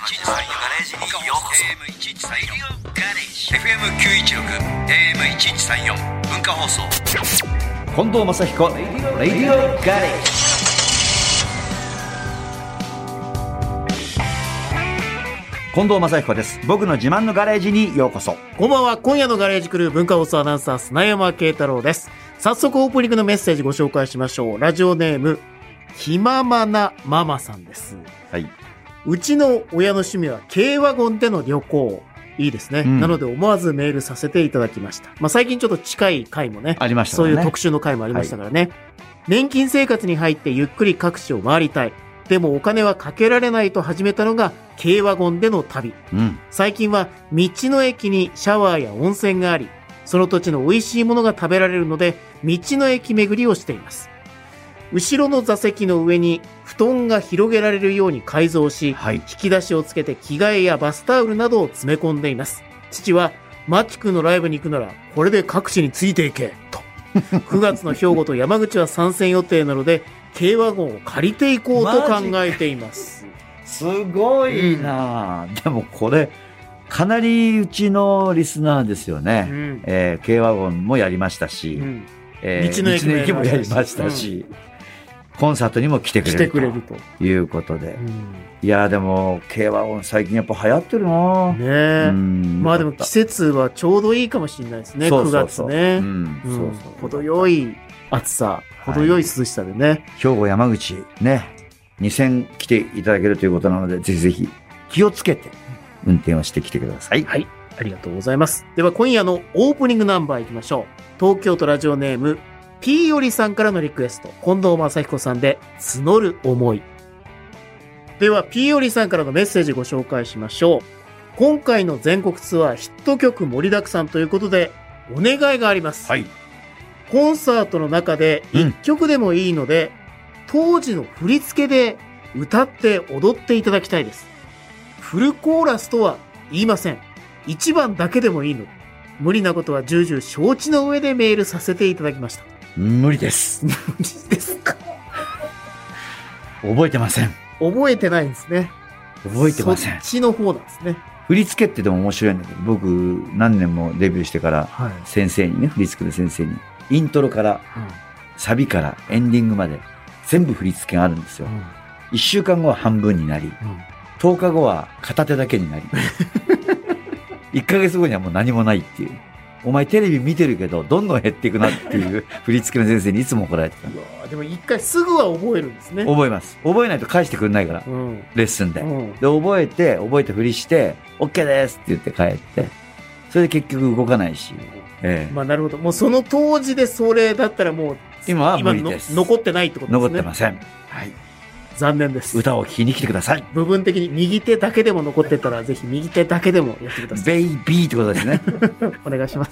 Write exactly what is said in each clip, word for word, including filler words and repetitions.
ちさんよんガレージにようこそ。 エーエムいちいちさんよん ガレージ エフエムきゅういちろく エーエムいちいちさんよん 文化放送。 近藤正彦レディオガレージ。近藤正彦です。僕の自慢のガレージにようこそ。 こんばんは。今夜のガレージクルー文化放送アナウンサー砂山慶太郎です。早速オープニングのメッセージご紹介しましょう。ラジオネーム気ままなママさんです。 はい。 うちの親の趣味は軽ワゴンでの旅行。いいですね、うん、なので思わずメールさせていただきました。まあ、最近ちょっと近い回もね、 ありましたね。 そういう特集の回もありましたからね、はい、年金生活に入ってゆっくり各地を回りたい。でもお金はかけられないと始めたのが軽ワゴンでの旅、うん、最近は道の駅にシャワーや温泉があり、その土地の美味しいものが食べられるので道の駅巡りをしています。後ろの座席の上に布団が広げられるように改造し、はい、引き出しをつけて着替えやバスタオルなどを詰め込んでいます。父はマチ君のライブに行くならこれで各地についていけとくがつの兵庫と山口は参戦予定なので軽ワゴンを借りていこうと考えています。 すごいな、うん、でもこれかなりうちのリスナーですよね、うんえー、軽ワゴンもやりましたし、うんえー、道の駅もやりましたし、うんコンサートにも来てくれるということで、うん、いやでも軽ワゴン最近やっぱ流行ってるなねえ、うん、まあでも季節はちょうどいいかもしれないですね。そうそうそうくがつね、うん、そうそう程よい暑さ、程よい涼しさでね、はい、 兵庫山口ねに戦来ていただけるということなのでぜひぜひ気をつけて運転をしてきてください。 はい、ありがとうございます。では今夜のオープニングナンバーいきましょう。東京都ラジオネームP よりさんからのリクエスト、近藤正彦さんで募る思い。では P よりさんからのメッセージご紹介しましょう。今回の全国ツアーヒット曲盛りだくさんということでお願いがあります、はい、コンサートの中でいっきょくでもいいので、うん、当時の振り付けで歌って踊っていただきたいです。フルコーラスとは言いません。いちばんだけでもいいので、無理なことは重々承知の上でメールさせていただきました。 無理です。無理ですか。 覚えてません。 覚えてないんですね。 覚えてません。 そっちの方なんですね。 振り付けってでも面白いんだけど、僕何年もデビューしてから先生にね、振り付けの先生にイントロから、うん、サビからエンディングまで全部振り付けがあるんですよ。うん、いっしゅうかんごは半分になり、うん、とおかごは片手だけになり、いっかげつごにはもう何もないっていう。お前テレビ見てるけどどんどん減っていくなっていう振り付けの先生にいつも怒られてた。 うわでも一回すぐは覚えるんですね。 覚えます。覚えないと返してくれないから、うん、レッスンで、うん、で覚えて覚えて振りして OK ですって言って帰って、それで結局動かないし、ええ、 まあなるほど。もうその当時でそれだったらもう今は無理です。 今の残ってないってことですね。 残ってません。はい。 残念です。 歌を聴きに来てください。 部分的に右手だけでも残ってたらぜひ右手だけでもやってください。 ベイビーってことですね。 お願いします。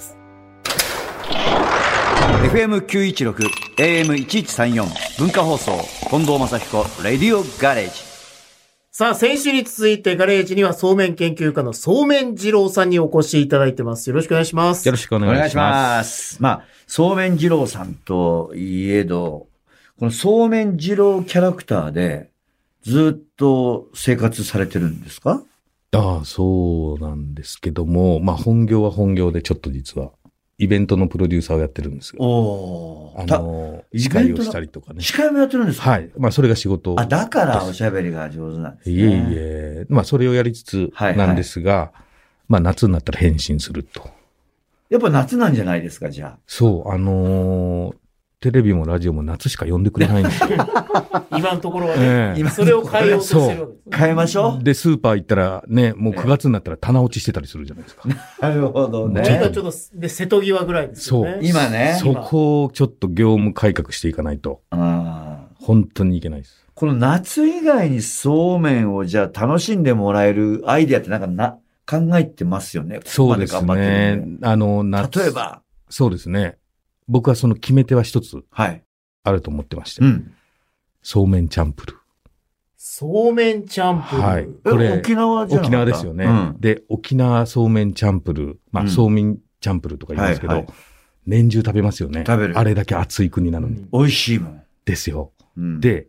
エフエムきゅういちろく エーエムいちいちさんよん 文化放送近藤正彦レディオガレージ。 さあ先週に続いてガレージにはそうめん研究家のそうめん二郎さんにお越しいただいてます。よろしくお願いします。 よろしくお願いします。 まあそうめん二郎さんといえど、このそうめん二郎キャラクターでずっと生活されてるんですか？ ああ、そうなんですけども、まあ本業は本業でちょっと実はイベントのプロデューサーをやってるんですよ。おあの、司会をしたりとかね。 司会もやってるんですか？ はい。まあそれが仕事。 あ、だからおしゃべりが上手なんですね。 いえいえ。まあそれをやりつつなんですが、はいはい、まあ夏になったら変身すると。 やっぱ夏なんじゃないですか、じゃあ。 そう、あのー、テレビもラジオも夏しか呼んでくれないんですよ。 今のところはね。ええ、今それを変えようとしてるわけです、ね。 変えましょう。 で、スーパー行ったらね、もうくがつになったら棚落ちしてたりするじゃないですか。 なるほどね。 ちょっとちょっと、で、瀬戸際ぐらいですよね。 そう。 今ね。 そこをちょっと業務改革していかないと。あ本当にいけないです。 この夏以外にそうめんをじゃあ楽しんでもらえるアイディアってなんかな、考えてますよね。 そうですね。あの、 夏。例えば。 そうですね。僕はその決め手は一つ。はい。あると思ってまして。うん。そうめんチャンプル。 そうめんチャンプル。 はい。これ、 沖縄じゃなかった？ 沖縄ですよね。うん、で、沖縄そうめんチャンプル。まあ、うん、そうめんチャンプルとか言いますけど、はいはい、年中食べますよね。 食べる。 あれだけ暑い国なのに。 美味しいもん。 ですよ。うん、で、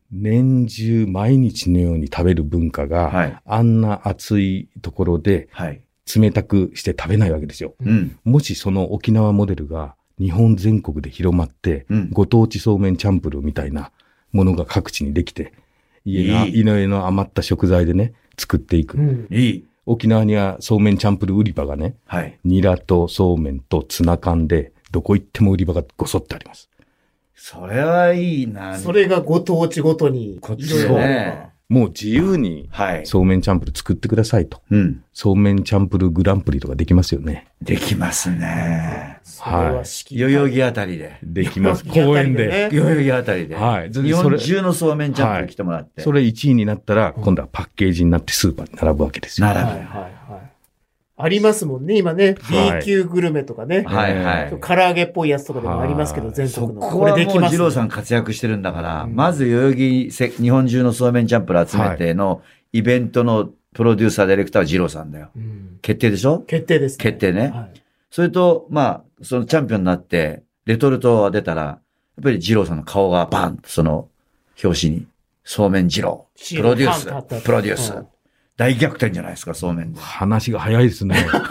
年中毎日のように食べる文化が、はい、あんな暑いところで、冷たくして食べないわけですよ。うん、もしその沖縄モデルが日本全国で広まって、うん、ご当地そうめんチャンプルーみたいなものが各地にできて、家の、いい家の余った食材でね、作っていく。うん、いい。沖縄にはそうめんチャンプルー売り場がね、はい、ニラとそうめんとツナ缶で、どこ行っても売り場がごそってあります。 それはいいな。 それがご当地ごとに。 こっちでね。 もう自由に、そうめんチャンプルー作ってくださいと。うん。そうめんチャンプルーグランプリとかできますよね。 できますね。 はい。 代々木あたりで。 できます。公園で。 代々木あたりで。はい。日本中のそうめんチャンプルー来てもらって。 それいちいになったら、今度はパッケージになってスーパーに並ぶわけですよ。 並ぶ。 はいはいはい。ありますもんね、今ね。B 級グルメとかね。 はいはい。 唐揚げっぽいやつとかでもありますけど、全国の。 そこはもう二郎さん活躍してるんだから、まず代々木、日本中のそうめんチャンプルー集めてのイベントのプロデューサー、ディレクターは二郎さんだよ。決定でしょ？ 決定です。 決定ね。それと、まあ、そのチャンピオンになって、レトルトが出たら、やっぱり二郎さんの顔がバンとその表紙に、そうめん二郎、プロデュース、プロデュース。大逆転じゃないですか、そうめんで。 話が早いですね。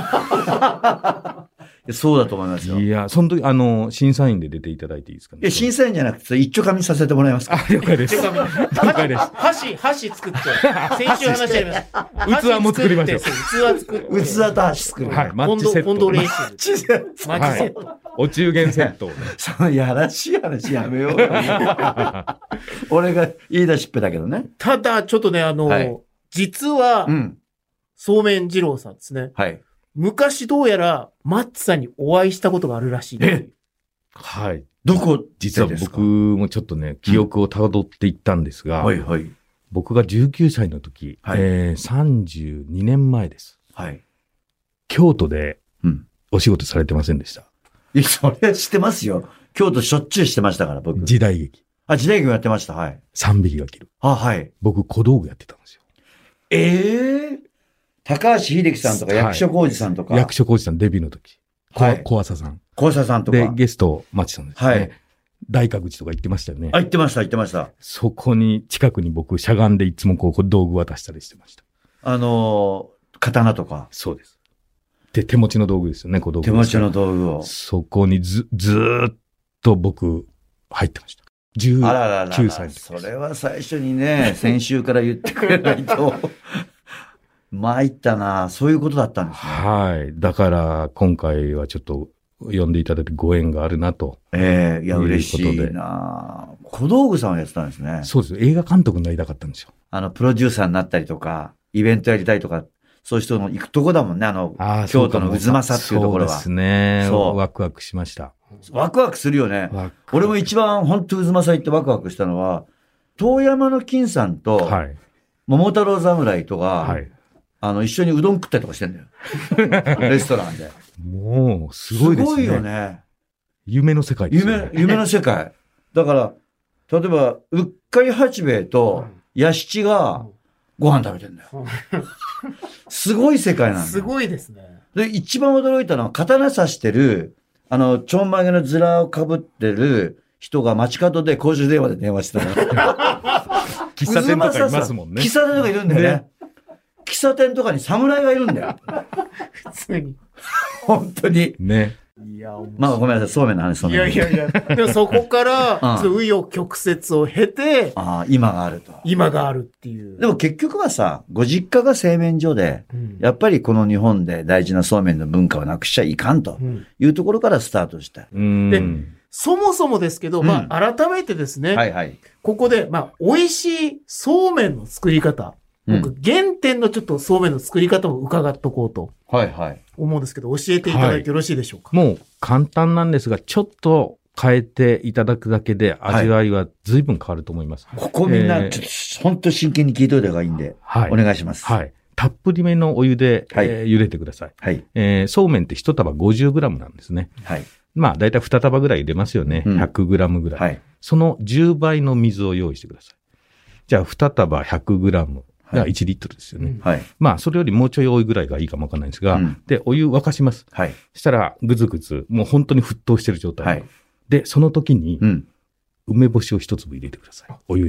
そうだと思いますよ。 いや、その時、あの、審査員で出ていただいていいですかね。 いや、審査員じゃなくて、一丁紙させてもらいますか。 あ、了解です。 了解です。箸、箸作って。先週話し合います。器も作りましょう。 器作って。 器と箸作る。 はい、マッチセット。 今度練習。 マッチセット。 マッチセット。 お中元セットをね。 そのやらしい話やめようよ。俺が言い出しっぺだけどね。 ただ、ちょっとね、あの、実は、うん。そうめん二郎さんですね。はい。昔どうやら、マッツさんにお会いしたことがあるらしい。 えはい。 どこ実は僕もちょっとね、記憶を辿っていったんですが、 うん、はいはい。 僕がじゅうきゅうさいの時、はい、えー、さんじゅうにねんまえです。はい。京都で、お仕事されてませんでした。 うん、いや、それは知ってますよ。京都しょっちゅうしてましたから、僕。 時代劇。 あ、時代劇もやってました、はい。 三匹が切る。 あ、はい。 僕、小道具やってたんですよ。 ええー高橋秀樹さんとか役所広司さんとか。 はい、役所広司さんデビューの時。はい。小朝さん。 小朝さんとか。 で、ゲスト、町さんですね。はい。大覚寺とか行ってましたよね。 あ、行ってました、行ってました。 そこに、近くに僕、しゃがんでいつもこう、道具渡したりしてました。 あのー、刀とか。 そうです。で、手持ちの道具ですよね、小道具。 手持ちの道具を。 そこにず、ずーっと僕、入ってました。じゅうきゅうさい。あらららら。 それは最初にね、先週から言ってくれないと。参ったな、そういうことだったんですね。 はい。だから、今回はちょっと、呼んでいただいてご縁があるなと。 ええー、いや、嬉しいな。小道具さんをやってたんですね。 そうです。映画監督になりたかったんですよ。 あの、プロデューサーになったりとか、イベントやりたいとか、そういう人の行くとこだもんね、あの、あ京都の渦政っていうところは。 そうですね。そう。ワクワクしました。 ワクワクするよね。俺も一番本当渦政行ってワクワクしたのは、遠山の金さんと、はい、桃太郎侍とか、はい、あの、一緒にうどん食ったりとかしてんだよ。レストランで。 もう、すごいですね。 すごいよね。 夢の世界ですね。 夢、夢の世界。だから、例えば、うっかり八兵衛と、屋七が、ご飯食べてんだよ。すごい世界なんだよ。 すごいですね。 で、一番驚いたのは、刀刺してる、あの、ちょんまげのズラを被ってる人が街角で公衆電話で電話してたの。 喫茶店とかいますもんね。 喫茶店とかいるんだよね。ね喫茶店とかに侍がいるんだよ。 普通に。 本当に。 ね。 いや、 まあごめんなさい、そうめんの話そんな。 いやいやいや。でもそこから、紆余曲折を経て、 ああ、今があると。 今があるっていう。 でも結局はさ、ご実家が製麺所で、うん、やっぱりこの日本で大事なそうめんの文化をなくしちゃいかんというところからスタートした。 うん、で、そもそもですけど、まあ改めてですね、うん、はいはい、ここで、まあ美味しいそうめんの作り方、僕、うん、原点のちょっとそうめんの作り方を伺っとこうと。はいはい。思うんですけど、教えていただいてよろしいでしょうか。 はい、もう簡単なんですが、ちょっと変えていただくだけで味わいは随分変わると思います。 はい、ここみんな、ちょっと本当真剣に聞いといた方がいいんで、はい、お願いします。 はい。たっぷりめのお湯で、はいえー、茹でてください。はい。えー、そうめんって一束 ごじゅうグラム なんですね。はい。まあ、だいたいに束ぐらい入れますよね。うん、ひゃくグラム ぐらい。はい。そのじゅうばいの水を用意してください。じゃあ、に束 ひゃくグラム。がいちリットルですよね。はい。まあ、それよりもうちょい多いぐらいがいいかもわかんないんですが、うん、で、お湯沸かします。はい。そしたら、ぐずぐず、もう本当に沸騰してる状態。はい。で、その時に、うん、梅干しを一粒入れてください。お湯に。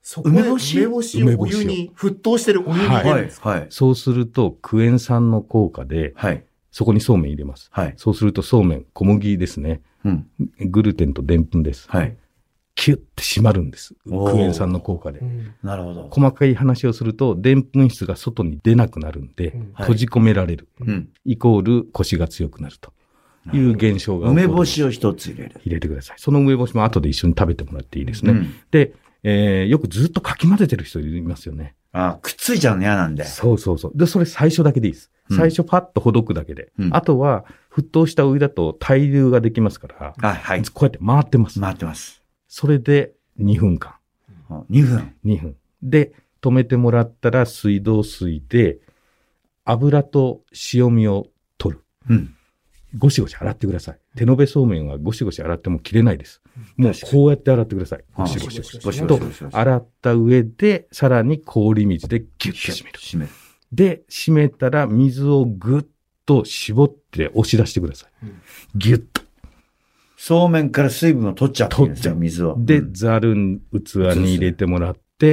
そこで梅干し梅干しをお湯に沸騰してるお湯に入れるんですか？ はいはい、そうするとクエン酸の効果で、はい、そこにそうめん入れます。はい、そうするとそうめん、小麦ですね。うん、グルテンとでんぷんです。はい、キュッて締まるんです。クエン酸の効果で、うん。なるほど。細かい話をすると、でんぷん質が外に出なくなるんで、うん、閉じ込められる。はい、イコールコシが強くなるという現象が起こる。 梅干しを一つ入れる。 入れてください。その梅干しも後で一緒に食べてもらっていいですね。うん、で、えー、よくずっとかき混ぜてる人いますよね。 ああ、くっついちゃうの嫌なんで。 そうそうそう。で、それ最初だけでいいです。最初パッとほどくだけで。うん、あとは、沸騰したお湯だと対流ができますから、あ、はい。こうやって回ってます。 回ってます。 それでにふんかん。にふん ? にふん。で、止めてもらったら水道水で油と塩味を取る。うん。ゴシゴシ洗ってください。手延べそうめんはゴシゴシ洗っても切れないです。もうこうやって洗ってください。ゴシゴシゴシゴシと洗った上で、さらに氷水でギュッと締める。締める。で、締めたら水をぐっと絞って押し出してください。うん、ギュッと。 そうめんから水分を取っちゃう。取っちゃう。水を。 で、ざる器に入れてもらって、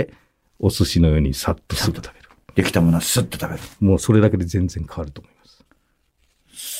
お寿司のようにさっとすぐ食べる。 できたものはスッと食べる。 もうそれだけで全然変わると思います。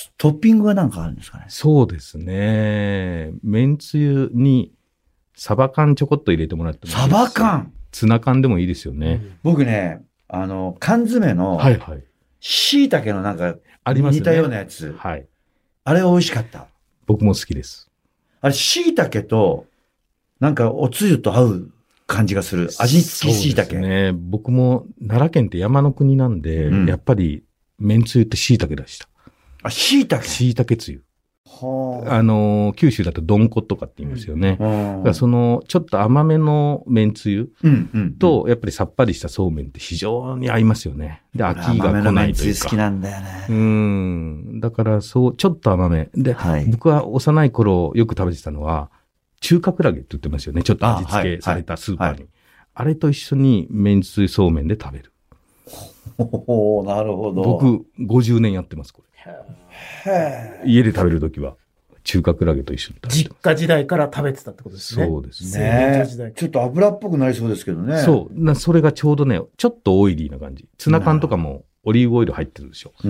トッピングは何かあるんですかね？ そうですね。めんつゆにサバ缶ちょこっと入れてもらってもいいです。 サバ缶？ ツナ缶でもいいですよね。 うん、僕ね、あの、缶詰の、はいはい。椎茸のなんか、ありますね。似たようなやつ。はい。あれ美味しかった。 僕も好きです。 あれ、椎茸と、なんかおつゆと合う感じがする。味付き椎茸。そうですね。 僕も奈良県って山の国なんで、うん、やっぱり、めんつゆって椎茸でした。 あ、椎茸？ 椎茸つゆ。はあ、あの、九州だとどんことかって言いますよね。うん、だからその、ちょっと甘めのめんつゆと、やっぱりさっぱりしたそうめんって非常に合いますよね。で、飽きが来ないというか。 好きなんだよね。 うん。だからそう、ちょっと甘め。で、はい、僕は幼い頃よく食べてたのは、中華クラゲって言ってますよね。ちょっと味付けされたスーパーに。あ、はいはい、あれと一緒にめんつゆそうめんで食べる。 おー、なるほど。 僕、ごじゅうねんやってます、これ。家で食べるときは、中華クラゲと一緒に食べてます。 実家時代から食べてたってことですね。 そうですね。ちょっと油っぽくなりそうですけどね。 そう。なそれがちょうどね、ちょっとオイリーな感じ。ツナ缶とかもオリーブオイル入ってるでしょ。うん。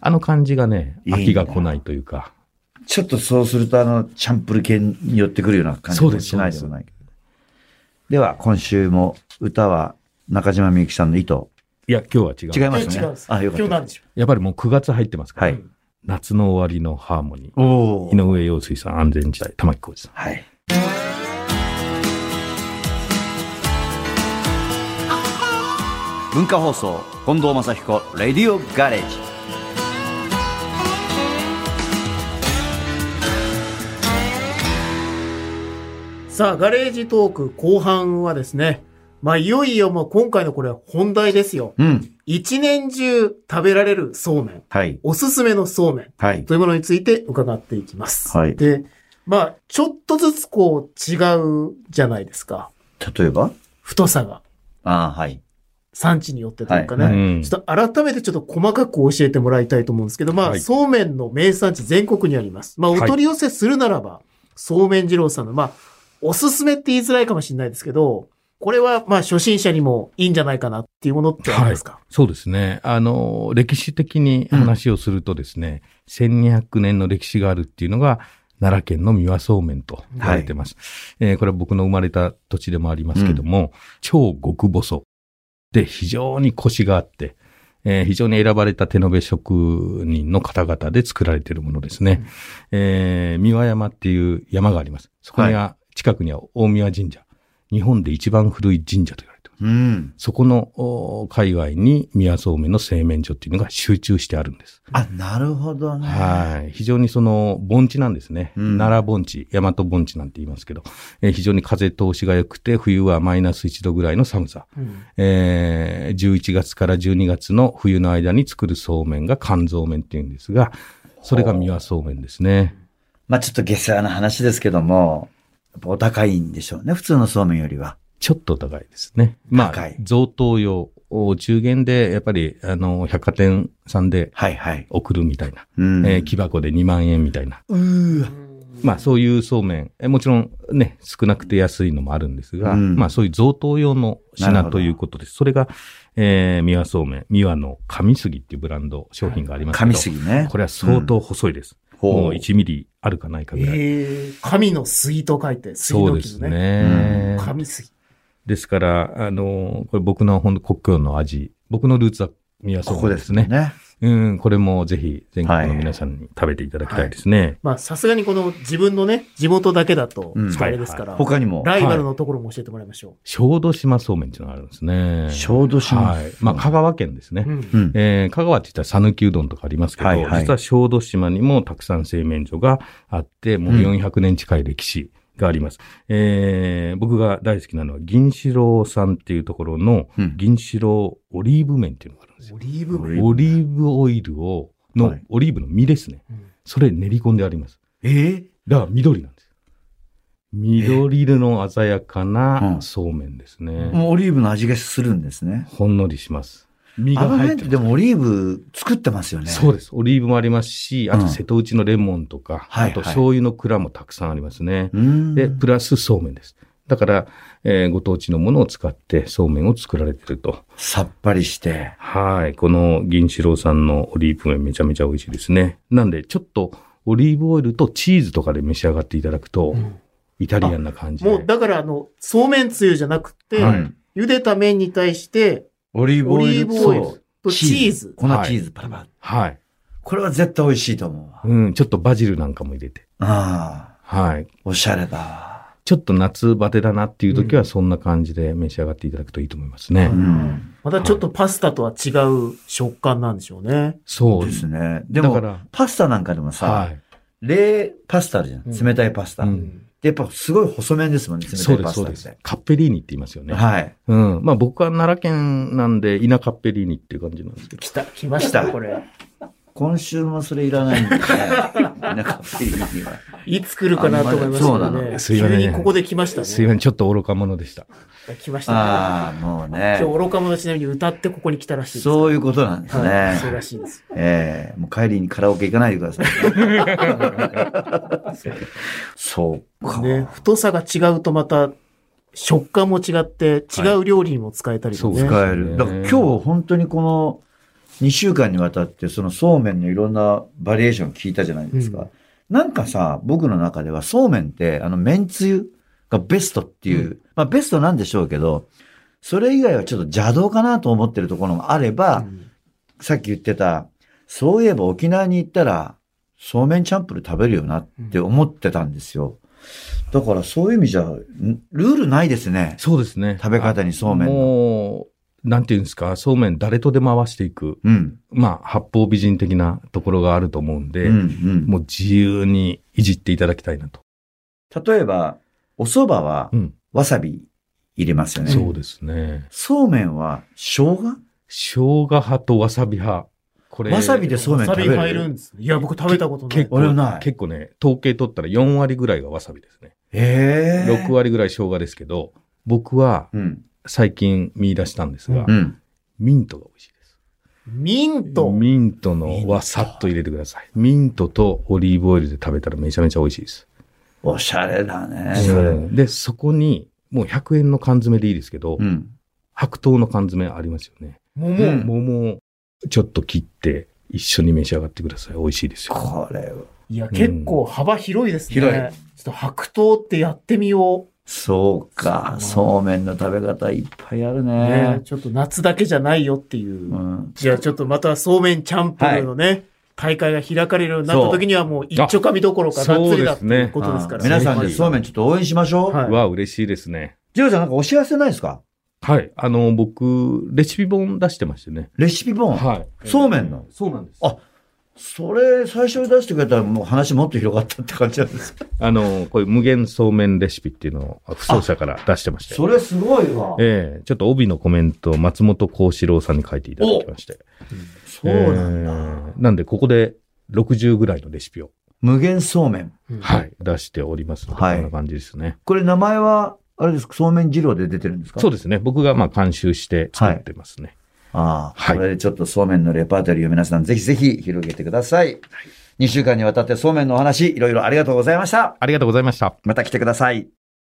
あの感じがね、飽きが来ないというか。 いいちょっとそうすると、あの、チャンプル系に寄ってくるような感じもしないでもないけど。では、今週も歌は中島みゆきさんの糸。 いや、今日は違う。 違いますね。 違います。あ、よかった。今日なんでしょう。やっぱりもうくがつ入ってますから。はい。夏の終わりのハーモニー。井上陽水さん、安全地帯、玉置浩二さん。はい。 文化放送、近藤正彦、レディオガレージ。 さあ、ガレージトーク後半はですね、まあ、いよいよもう今回のこれは本題ですよ。うん。一年中食べられるそうめん。はい。おすすめのそうめん。はい。というものについて伺っていきます。はい。で、まあ、ちょっとずつこう違うじゃないですか。 例えば？ 太さが。 ああ、はい。 産地によってというかね。はいはい、ちょっと改めてちょっと細かく教えてもらいたいと思うんですけど、まあ、はい、そうめんの名産地全国にあります。まあ、お取り寄せするならば、はい、そうめん二郎さんの、まあ、おすすめって言いづらいかもしれないですけど、これは、まあ、初心者にもいいんじゃないかなっていうものってありますか？はい、 そうですね。あの、歴史的に話をするとですね、うん、せんにひゃくねんの歴史があるっていうのが、奈良県の三輪そうめんと言われてます。はい、えー、これは僕の生まれた土地でもありますけども、うん、超極細で非常にコシがあって、えー、非常に選ばれた手延べ職人の方々で作られているものですね。うん、えー、三輪山っていう山があります。そこには、はい、近くには大宮神社。日本で一番古い神社と言われています。うん、そこの海外に三輪そうめんの製麺所っていうのが集中してあるんです。 あ、なるほどね。 はい。非常にその盆地なんですね。うん、奈良盆地、大和盆地なんて言いますけど、えー、非常に風通しが良くて、冬はマイナスいちどぐらいの寒さ。うん、えー、じゅういちがつからじゅうにがつの冬の間に作るそうめんが乾燥麺っていうんですが、それが三輪そうめんですね。 まあちょっと下世話な話ですけども、やっぱお高いんでしょうね。普通のそうめんよりは。 ちょっと高いですね。まあ、贈答用、中元で、やっぱり、あの、百貨店さんで、はいはい。送るみたいな。うん、えー、木箱でにまんえんみたいな。うーまあそういうそうめん、えもちろんね、少なくて安いのもあるんですが、うん、まあそういう贈答用の品ということです。それが、えー、三輪そうめん、三輪の上杉っていうブランド商品がありますけど、 上杉ね。 これは相当細いです。うん、もういちミリあるかないかぐらい。 えー、神の杉と書いて、杉の木のね。 そうですね。 うん、上杉。 ですから、あの、これ僕の本当国境の味、僕のルーツは三輪そうめんですね。 ここですね。 うん、これもぜひ全国の皆さんに食べていただきたいですね。はいはい、 まあさすがにこの自分のね、地元だけだと、あれですから、うんはいはい、 他にも。 ライバルのところも教えてもらいましょう。 小豆島そうめんっていうのがあるんですね。 小豆島はい。まあ香川県ですね。うん、えー、香川って言ったら讃岐うどんとかありますけど、はいはい、実は小豆島にもたくさん製麺所があって、もうよんひゃくねん近い歴史があります。うん、えー、僕が大好きなのは銀四郎さんっていうところの銀四郎オリーブ麺っていうのがあるんですよ。 オリーブ麺オリーブオイルを、の、はい、オリーブの実ですね。うん、それ練り込んであります。 えー、 だから緑なんです。緑色の鮮やかなそうめんですね。 うん、もうオリーブの味がするんですね。 ほんのりします。 身が入ってる。でもオリーブ作ってますよね。 そうです。オリーブもありますし、あと瀬戸内のレモンとか、うん、あと醤油の蔵もたくさんありますね。はいはい、で、プラスそうめんです。だから、えー、ご当地のものを使ってそうめんを作られてると。 さっぱりして。 はい。この銀四郎さんのオリーブ麺めちゃめちゃ美味しいですね。なんで、ちょっとオリーブオイルとチーズとかで召し上がっていただくと、うん、イタリアンな感じで。 もう、だからあの、そうめんつゆじゃなくて、はい、茹でた麺に対して、 オリーブオイルとチーズ。 粉チーズパラパラ。 はい。 これは絶対美味しいと思う。うん。ちょっとバジルなんかも入れて。 ああ。はい。 おしゃれだ。 ちょっと夏バテだなっていう時はそんな感じで召し上がっていただくといいと思いますね。 うん、またちょっとパスタとは違う食感なんでしょうね。はい、 そうですね。でも、パスタなんかでもさ、はい、冷パスタあるじゃん。冷たいパスタ。うん、でやっぱすごい細麺ですもんね、冷たいパスタって。そうです、そうです。 カッペリーニって言いますよね。 はい。 うん。まあ僕は奈良県なんで、稲カッペリーニっていう感じなんですけど。 来た、来ました、これ。 今週もそれいらないんでね。稲カッペリーニは。 いつ来るかなと思いましたけどね。 すいません。 急にここで来ましたね。 すいません。ちょっと愚か者でした。 来ましたね。 ああ、もうね。 今日愚か者ちなみに歌ってここに来たらしいです。 そういうことなんですね。 はい、そうらしいです。 ええー、もう帰りにカラオケ行かないでください。そうか。 ね、太さが違うとまた、食感も違って、違う料理にも使えたりとかね。 そう、使える。だから今日本当にこの、にしゅうかんにわたってそのそうめんのいろんなバリエーション聞いたじゃないですか。うん、なんかさ、僕の中ではそうめんってあのめんつゆがベストっていう、うん、まあベストなんでしょうけど、それ以外はちょっと邪道かなと思ってるところもあれば、うん、さっき言ってた、そういえば沖縄に行ったらそうめんチャンプル食べるよなって思ってたんですよ。だからそういう意味じゃ、ルールないですね。 そうですね。 食べ方にそうめんの。 もうなんていうんですか、そうめん誰とでも合わせていく。うん、まあ、八方美人的なところがあると思うんで、うんうん、もう自由にいじっていただきたいなと。 例えば、お蕎麦は、わさび入れますよね。 そうですね。 そうめんは、生姜生姜派とわさび派。これ。 わさびでそうめん食べる。 わさび入るんです。いや、僕食べたことない。 結構、俺ない。結構ね、統計取ったらよんわりぐらいがわさびですね。 へー。 ろくわりぐらい生姜ですけど、僕は、うん最近見出したんですが、うん、ミントが美味しいです。 ミントミントのはさっと入れてください。ミントとオリーブオイルで食べたらめちゃめちゃ美味しいです。 おしゃれだね。 うん、で、そこに、もうひゃくえんの缶詰でいいですけど、うん、白桃の缶詰ありますよね。 桃、 うん、桃をちょっと切って一緒に召し上がってください。美味しいですよ。 これは。 いや、結構幅広いですね。 広い。 ちょっと白桃ってやってみよう。 そうか。そうめんの食べ方いっぱいあるね。 ねちょっと夏だけじゃないよっていう。うん、じゃあちょっとまたそうめんチャンプルのね、はい、大会が開かれるようになった時にはもう一丁紙どころかがっつりだっていうことですから、 ね、皆さんでそうめんちょっと応援しましょう。 はい、わ、嬉しいですね。 ジローさんなんかお知らせないですか？ はい。あの、僕、レシピ本出してましてね。 レシピ本？ はい。 そうめんの？ そうなんです。 あ、それ、最初に出してくれたらもう話もっと広がったって感じなんですか？ あの、こういう無限そうめんレシピっていうのを、不走者から出してまして。 それすごいわ。 ええー、ちょっと帯のコメントを松本幸四郎さんに書いていただきまして。 そうなんだ、えー。 なんで、ここでろくじゅうぐらいのレシピを。 無限そうめん。 はい。出しておりますので、はい、こんな感じですね。 これ名前は、あれですか、そうめん二郎で出てるんですか？ そうですね。僕がまあ監修して作ってますね。はいああ、はい。これでちょっとそうめんのレパートリーを皆さんぜひぜひ広げてください。はい、 にしゅうかんにわたってそうめんのお話、いろいろありがとうございました。 ありがとうございました。 また来てください。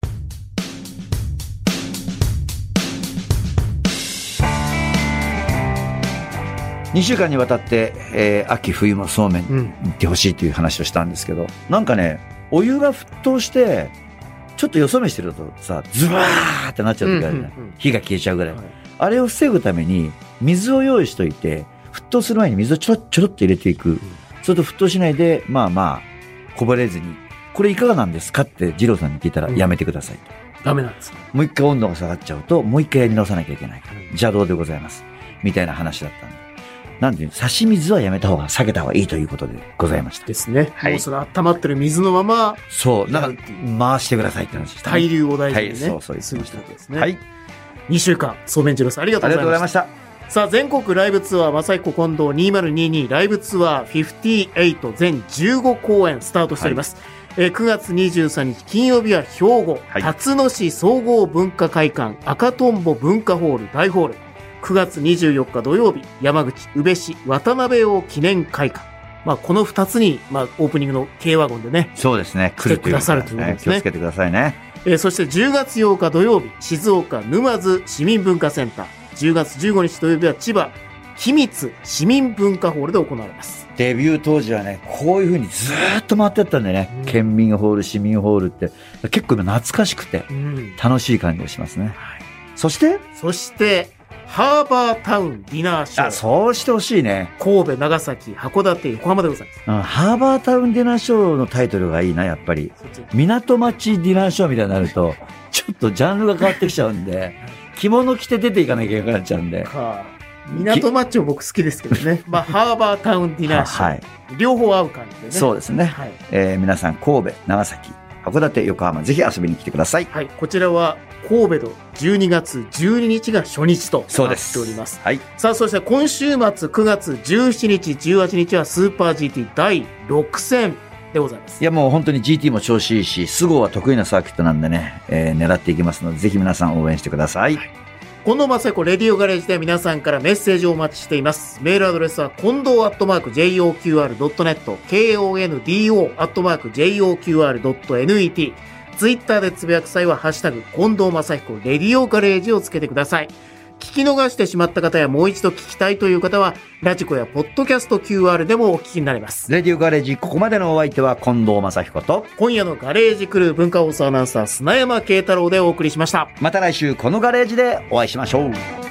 にしゅうかんにわたって、えー、秋冬もそうめん行ってほしいという話をしたんですけど、うん、なんかね、お湯が沸騰して、ちょっとよそ見してるとさ、ズワーってなっちゃう時あるじゃない、うんうんうん、火が消えちゃうぐらい、はい。あれを防ぐために、水を用意しといて、沸騰する前に水をちょろちょろっと入れていく。うん、それと沸騰しないで、まあまあ、こぼれずに、これいかがなんですかって二郎さんに聞いたら、やめてくださいと。 うん、ダメなんですか？ もう一回温度が下がっちゃうと、もう一回やり直さなきゃいけないから、うん、邪道でございます。みたいな話だったんで。なんで、差し水はやめた方が、避けた方がいいということでございました。 ですね。はい。もうその温まってる水のまま。 そう。なんか、回してくださいって話でした、 ね。対流を大事にね。 はい、そうそう。 する人ですね。 はい。 にしゅうかん、そうめん二郎さんありがとうございました。ありがとうございました。さあ、全国ライブツアー、正彦近藤にせんにじゅうにライブツアーごじゅうはち全じゅうご公演スタートしております。はい、えー、くがつにじゅうさんにち金曜日は兵庫、はい、辰野市総合文化会館赤とんぼ文化ホール大ホール。くがつにじゅうよっか土曜日、山口、宇部市、渡辺王記念会館。まあ、この二つに、まあ、オープニングの軽ワゴンでね。 そうですね。 来てくださるということですね。 気をつけてくださいね。 えー、そしてじゅうがつようか土曜日、静岡沼津市民文化センター。じゅうがつじゅうごにち土曜日は千葉、君津市民文化ホールで行われます。 デビュー当時はね、こういう風にずーっと回ってったんでね、うん、県民ホール、市民ホールって、結構今懐かしくて、楽しい感じがしますね。うん、はい、そしてそして、ハーバータウンディナーショー。 あ、そうしてほしいね。 神戸、長崎、函館、横浜でございます。 うん、ハーバータウンディナーショーのタイトルがいいな、やっぱり。港町ディナーショーみたいになると、ちょっとジャンルが変わってきちゃうんで、着物着て出ていかなきゃいけなくなっちゃうんで。はあ、 港町を僕好きですけどね。まあ、ハーバータウンディナーショー。はい。両方合う感じでね。 そうですね。はい。えー、皆さん、神戸、長崎、函館、横浜、ぜひ遊びに来てください。 はい。こちらは、神戸のじゅうにがつじゅうににちが初日となっております。 はい。 さあ、そして今週末くがつじゅうしちにち、じゅうはちにちはスーパー ジーティー だいろく戦でございます。 いや、もう本当に ジーティー も調子いいし、スゴーは得意なサーキットなんでね、えー、狙っていきますので、ぜひ皆さん応援してください。はい、 近藤正彦レディオガレージでは皆さんからメッセージをお待ちしています。メールアドレスは近藤アットマーク ジェイオーキューアールドットネット、KONDO アットマーク ジェイオーキューアールドットネット、ツイッターでつぶやく際はハッシュタグ近藤正彦レディオガレージをつけてください。聞き逃してしまった方やもう一度聞きたいという方はラジコやポッドキャスト キューアール でもお聞きになれます。 レディオガレージ、ここまでのお相手は近藤正彦と今夜のガレージクルー文化放送アナウンサー砂山慶太郎でお送りしました。 また来週このガレージでお会いしましょう。